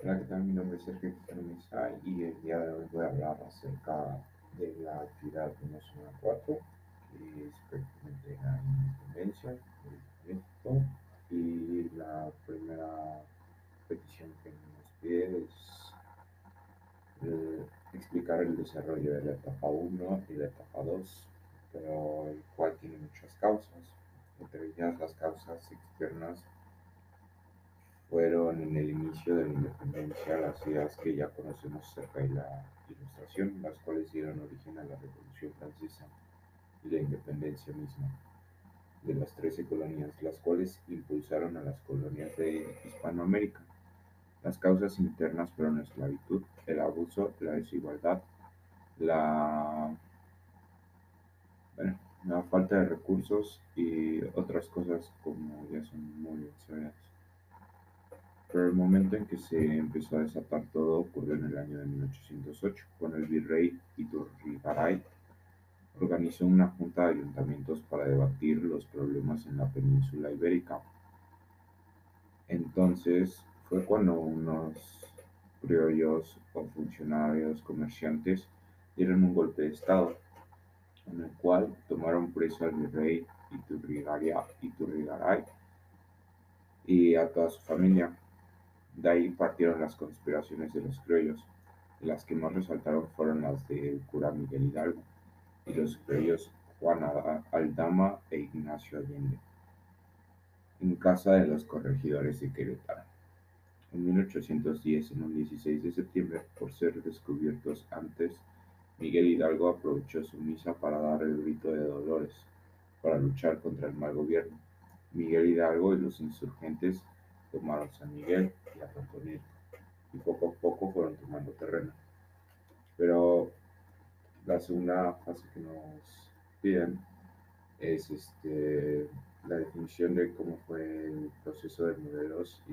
Hola, ¿qué tal? Mi nombre es Sergio Quijano Mesa y el día de hoy voy a hablar acerca de la actividad 104, que es prácticamente la independencia de México. Y la primera petición que nos pide es explicar el desarrollo de la etapa uno y la etapa 2, pero el cual tiene muchas causas. Entre ellas, las causas externas fueron en el inicio de la independencia las ideas que ya conocemos acerca de la Ilustración, las cuales dieron origen a la Revolución Francesa y la independencia misma de las 13 colonias, las cuales impulsaron a las colonias de Hispanoamérica. Las causas internas fueron la esclavitud, el abuso, la desigualdad, la, bueno, la falta de recursos y otras cosas como ya son muy severas. Pero el momento en que se empezó a desatar todo ocurrió en el año de 1808, cuando el virrey Iturrigaray organizó una junta de ayuntamientos para debatir los problemas en la península ibérica. Entonces fue cuando unos criollos o funcionarios comerciantes dieron un golpe de estado, en el cual tomaron preso al virrey Iturrigaray y a toda su familia. De ahí partieron las conspiraciones de los criollos. Las que más resaltaron fueron las del cura Miguel Hidalgo y los criollos Juan Aldama e Ignacio Allende, en casa de los corregidores de Querétaro. En 1810, en un 16 de septiembre, por ser descubiertos antes, Miguel Hidalgo aprovechó su misa para dar el grito de Dolores, para luchar contra el mal gobierno. Miguel Hidalgo y los insurgentes tomaron San Miguel y Atontonil, y poco a poco fueron tomando terreno. Pero la segunda fase que nos piden es la definición de cómo fue el proceso de Morelos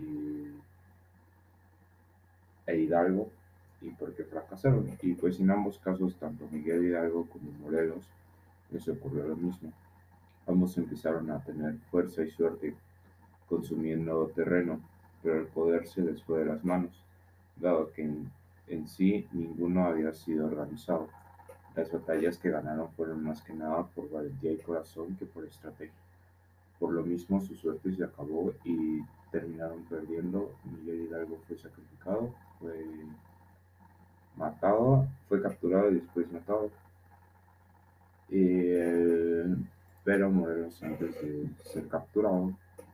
e Hidalgo y por qué fracasaron. Y pues en ambos casos, tanto Miguel Hidalgo como Morelos, les ocurrió lo mismo. Ambos empezaron a tener fuerza y suerte consumiendo terreno, pero el poder se les fue de las manos, dado que en sí ninguno había sido organizado. Las batallas que ganaron fueron más que nada por valentía y corazón que por estrategia. Por lo mismo, su suerte se acabó y terminaron perdiendo. Miguel Hidalgo fue sacrificado, fue matado, fue capturado y después matado. Pero Morelos, antes de ser capturado,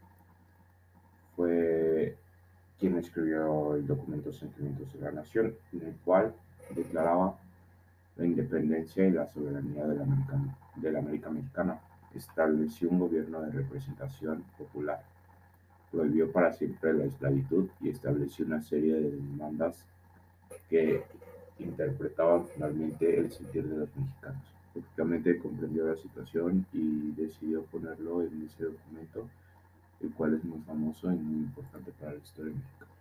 fue quien escribió el documento Sentimientos de la Nación, en el cual declaraba la independencia y la soberanía de la América Mexicana. Estableció un gobierno de representación popular, prohibió para siempre la esclavitud y estableció una serie de demandas que interpretaban finalmente el sentir de los mexicanos. Prácticamente comprendió la situación y decidió ponerlo en ese documento, el cual es muy famoso y muy importante para la historia de México.